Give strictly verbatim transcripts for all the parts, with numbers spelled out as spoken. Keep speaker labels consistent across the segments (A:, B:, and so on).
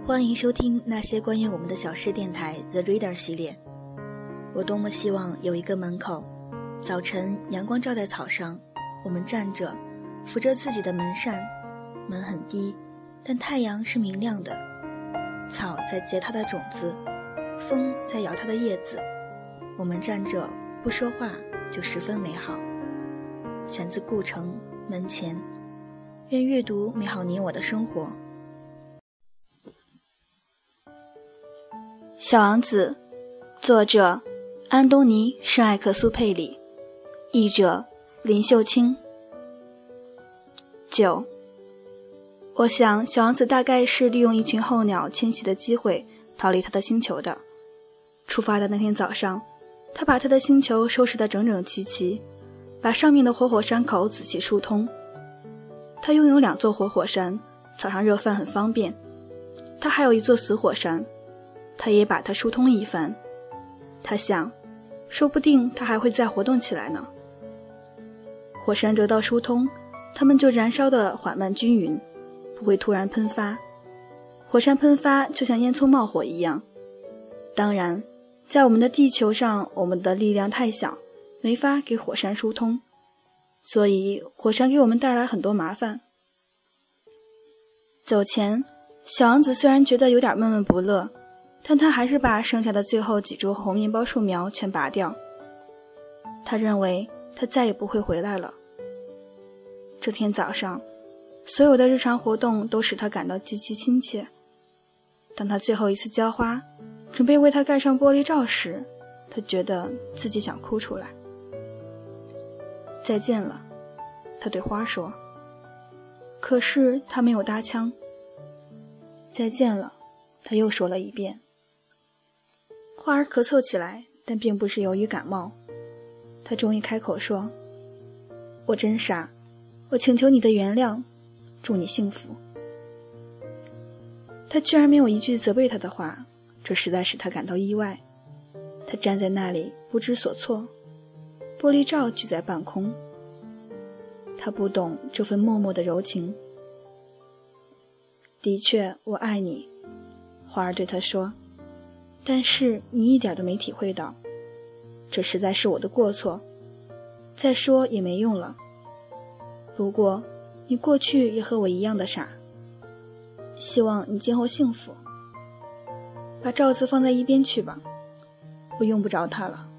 A: 欢迎收听那些关于我们的小事电台 The Reader 系列。我多么希望有一个门口，早晨阳光照在草上，我们站着扶着自己的门扇，门很低，但太阳是明亮的，草在结它的种子，风在摇它的叶子，我们站着不说话就十分美好。选自顾城门前。愿阅读美好你我的生活。小王子，作者安东尼·圣埃克苏佩里，译者林秀清。九，我想小王子大概是利用一群候鸟迁徙的机会逃离他的星球的。出发的那天早上，他把他的星球收拾得整整齐齐，把上面的活火山口仔细疏通。他拥有两座活火山，早上热饭很方便。他还有一座死火山，他也把它疏通一番。他想，说不定它还会再活动起来呢。火山得到疏通，它们就燃烧得缓慢均匀，不会突然喷发。火山喷发就像烟囱冒火一样。当然，在我们的地球上，我们的力量太小，没法给火山疏通。所以火山给我们带来很多麻烦。走前，小王子虽然觉得有点闷闷不乐，但他还是把剩下的最后几株红面包树苗全拔掉。他认为他再也不会回来了。这天早上，所有的日常活动都使他感到极其亲切。当他最后一次浇花，准备为它盖上玻璃罩时，他觉得自己想哭出来。再见了，他对花说。可是他没有搭腔。再见了，他又说了一遍。花儿咳嗽起来，但并不是由于感冒。他终于开口说：我真傻，我请求你的原谅，祝你幸福。他居然没有一句责备他的话，这实在使他感到意外。他站在那里不知所措，玻璃罩举在半空。他不懂这份默默的柔情。的确，我爱你，花儿对他说，但是你一点都没体会到，这实在是我的过错，再说也没用了。如果你过去也和我一样的傻，希望你今后幸福。把罩子放在一边去吧，我用不着它了。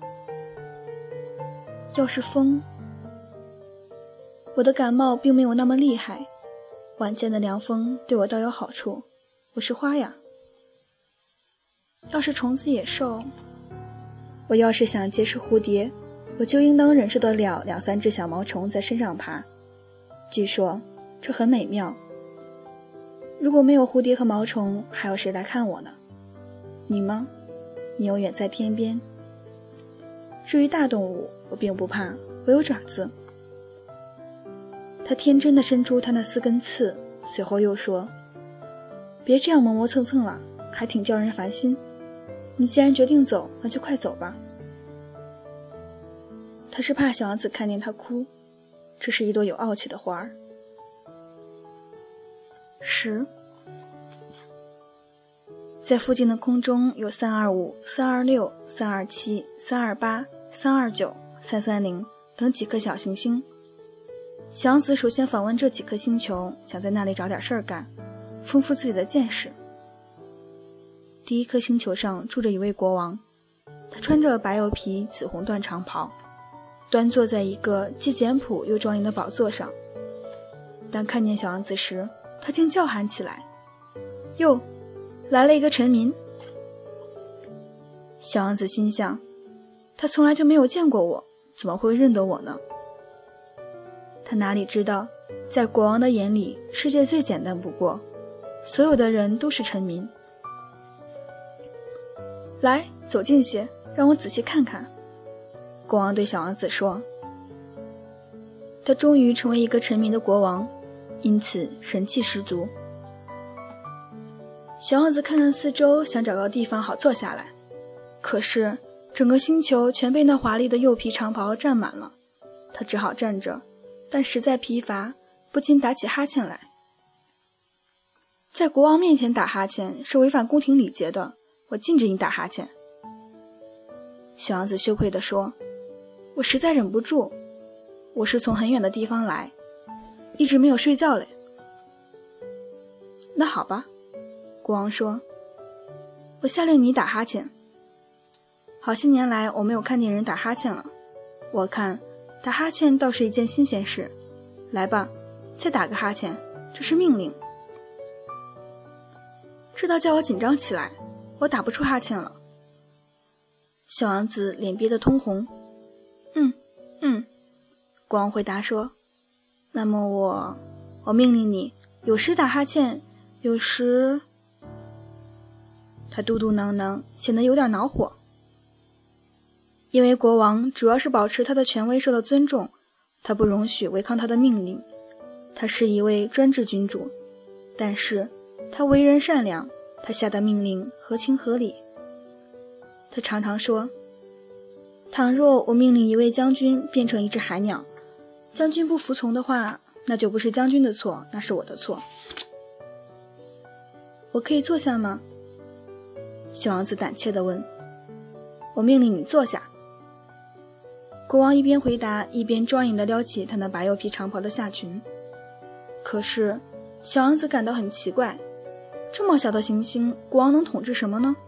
A: 要是风，我的感冒并没有那么厉害，晚间的凉风对我倒有好处，我是花呀。要是虫子野兽，我要是想结识蝴蝶，我就应当忍受得了两三只小毛虫在身上爬，据说这很美妙。如果没有蝴蝶和毛虫，还有谁来看我呢？你吗？你永远在天边。至于大动物，我并不怕，我有爪子。他天真地伸出他那四根刺，随后又说，别这样磨磨蹭蹭了，还挺叫人烦心。你既然决定走，那就快走吧。他是怕小王子看见他哭，这是一朵有傲气的花儿。十，在附近的空中有三二五、三二六、三二七、三二八、三二九、三三零等几颗小行星。小王子首先访问这几颗星球，想在那里找点事儿干，丰富自己的见识。第一颗星球上住着一位国王，他穿着白油皮紫红缎长袍，端坐在一个既简朴又庄严的宝座上。当看见小王子时，他竟叫喊起来，哟，来了一个臣民。小王子心想，他从来就没有见过我，怎么会认得我呢？他哪里知道，在国王的眼里，世界最简单不过，所有的人都是臣民。来，走近些，让我仔细看看。国王对小王子说。他终于成为一个臣民的国王，因此神气十足。小王子看看四周，想找个地方好坐下来，可是整个星球全被那华丽的釉皮长袍占满了，他只好站着，但实在疲乏，不禁打起哈欠来。 在国王面前打哈欠是违反宫廷礼节的，我禁止你打哈欠。小王子羞愧地说，我实在忍不住，我是从很远的地方来，一直没有睡觉嘞。那好吧，国王说，我下令你打哈欠。好些年来我没有看见人打哈欠了，我看打哈欠倒是一件新鲜事。来吧，再打个哈欠，这是命令。这倒叫我紧张起来，我打不出哈欠了。小王子脸憋得通红。嗯嗯，国王回答说，那么我我命令你有时打哈欠，有时……他嘟嘟囔囔，显得有点恼火。因为国王主要是保持他的权威受到尊重，他不容许违抗他的命令。他是一位专制君主，但是他为人善良，他下的命令合情合理。他常常说，倘若我命令一位将军变成一只海鸟，将军不服从的话，那就不是将军的错，那是我的错。我可以坐下吗？小王子胆怯地问。我命令你坐下。国王一边回答，一边庄严地撩起他那白油皮长袍的下裙。可是小王子感到很奇怪，这么小的行星，国王能统治什么呢？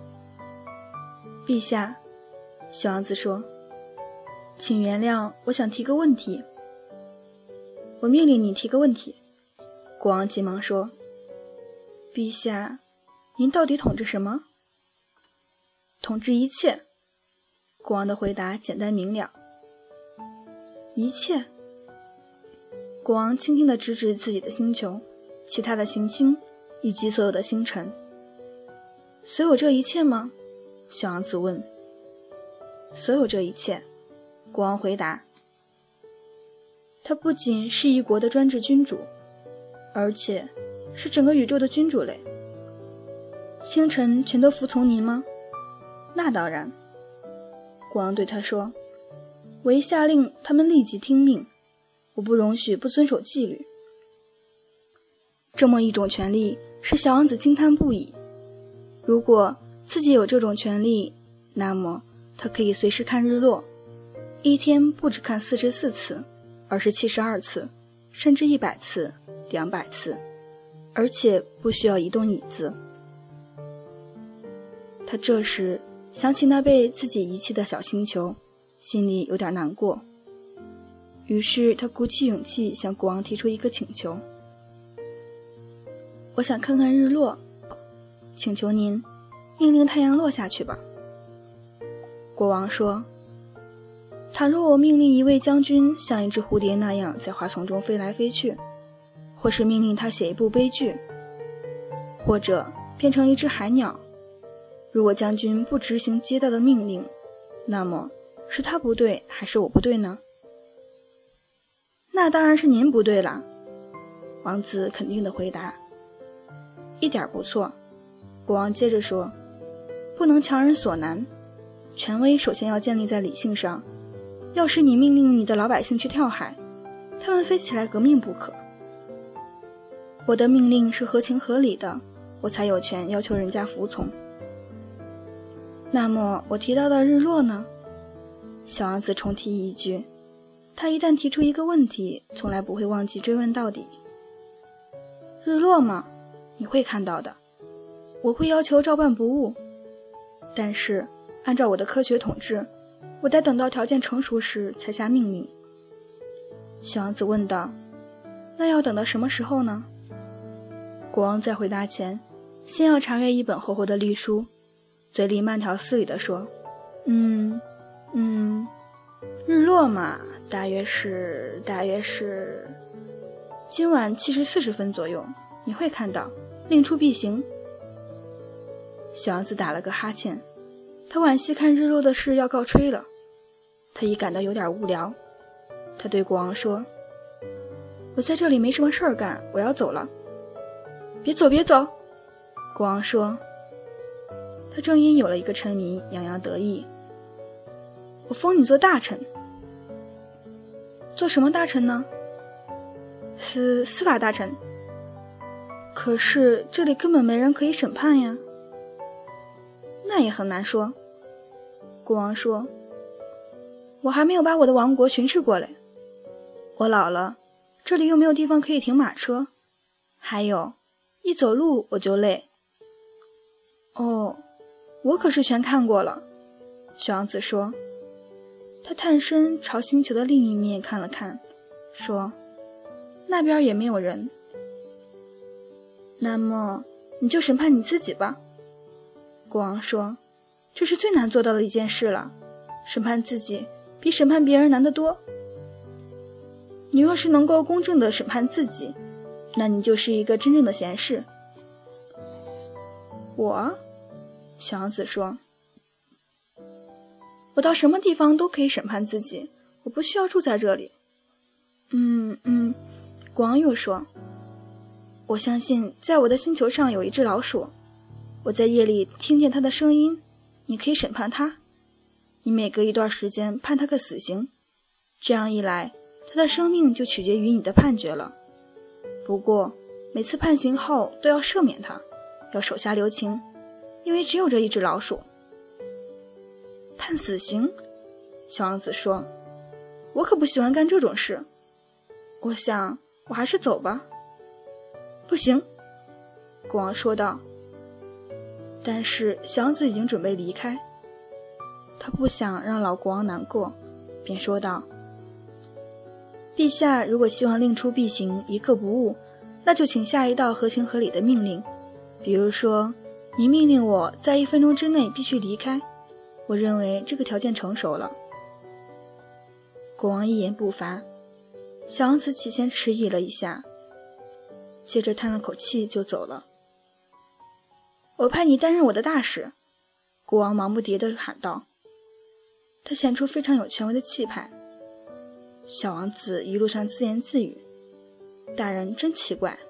A: 陛下，小王子说，请原谅，我想提个问题。我命令你提个问题。国王急忙说，陛下，您到底统治什么？统治一切。国王的回答简单明了。一切？国王轻轻地指指自己的星球，其他的行星，以及所有的星辰。所有这一切吗？小王子问。所有这一切，国王回答。他不仅是一国的专制君主，而且是整个宇宙的君主嘞。星辰全都服从您吗？那当然。国王对他说，我一下令，他们立即听命，我不容许不遵守纪律。这么一种权利使小王子惊叹不已。如果自己有这种权利，那么他可以随时看日落，一天不只看四十四次，而是七十二次，甚至一百次、两百次，而且不需要移动椅子。他这时想起那被自己遗弃的小星球，心里有点难过。于是他鼓起勇气向国王提出一个请求。我想看看日落，请求您命令太阳落下去吧。国王说，倘若我命令一位将军像一只蝴蝶那样在花丛中飞来飞去，或是命令他写一部悲剧，或者变成一只海鸟，如果将军不执行接到的命令，那么是他不对还是我不对呢？那当然是您不对了，王子肯定地回答。一点不错，国王接着说，不能强人所难，权威首先要建立在理性上。要是你命令你的老百姓去跳海，他们非起来革命不可。我的命令是合情合理的，我才有权要求人家服从。那么我提到的日落呢？小王子重提一句，他一旦提出一个问题，从来不会忘记追问到底。日落吗？你会看到的，我会要求照办不误。但是按照我的科学统治，我得等到条件成熟时才下命令。小王子问道，那要等到什么时候呢？国王在回答前，先要查阅一本厚厚的历书，嘴里慢条斯理地说，嗯嗯日落嘛，大约是大约是今晚七时四十分左右，你会看到，令出必行。小王子打了个哈欠，他惋惜看日落的事要告吹了，他已感到有点无聊。他对国王说，我在这里没什么事儿干，我要走了。别走别走，国王说。他正因有了一个臣民洋洋得意，我封你做大臣。做什么大臣呢？司司法大臣。可可是这里根本没人可以审判呀。那也很难说。国王说，我还没有把我的王国巡视过来。我老了，这里又没有地方可以停马车，还有，一走路我就累。哦，我可是全看过了，小王子说。他探身朝星球的另一面看了看，说，那边也没有人。那么你就审判你自己吧。国王说，这是最难做到的一件事了，审判自己比审判别人难得多。你若是能够公正地审判自己，那你就是一个真正的贤士。我？小王子说，我到什么地方都可以审判自己，我不需要住在这里。嗯嗯，国王又说，我相信在我的星球上有一只老鼠，我在夜里听见它的声音，你可以审判它，你每隔一段时间判它个死刑，这样一来他的生命就取决于你的判决了。不过每次判刑后都要赦免他，要手下留情，因为只有这一只老鼠。判死刑？小王子说，我可不喜欢干这种事，我想我还是走吧。不行，国王说道。但是小王子已经准备离开，他不想让老国王难过，便说道，陛下如果希望令出必行，一个不误，那就请下一道合情合理的命令，比如说您命令我在一分钟之内必须离开，我认为这个条件成熟了。国王一言不发，小王子起先迟疑了一下，接着叹了口气就走了。我派你担任我的大使，国王忙不迭地喊道，他显出非常有权威的气派。小王子一路上自言自语，大人真奇怪。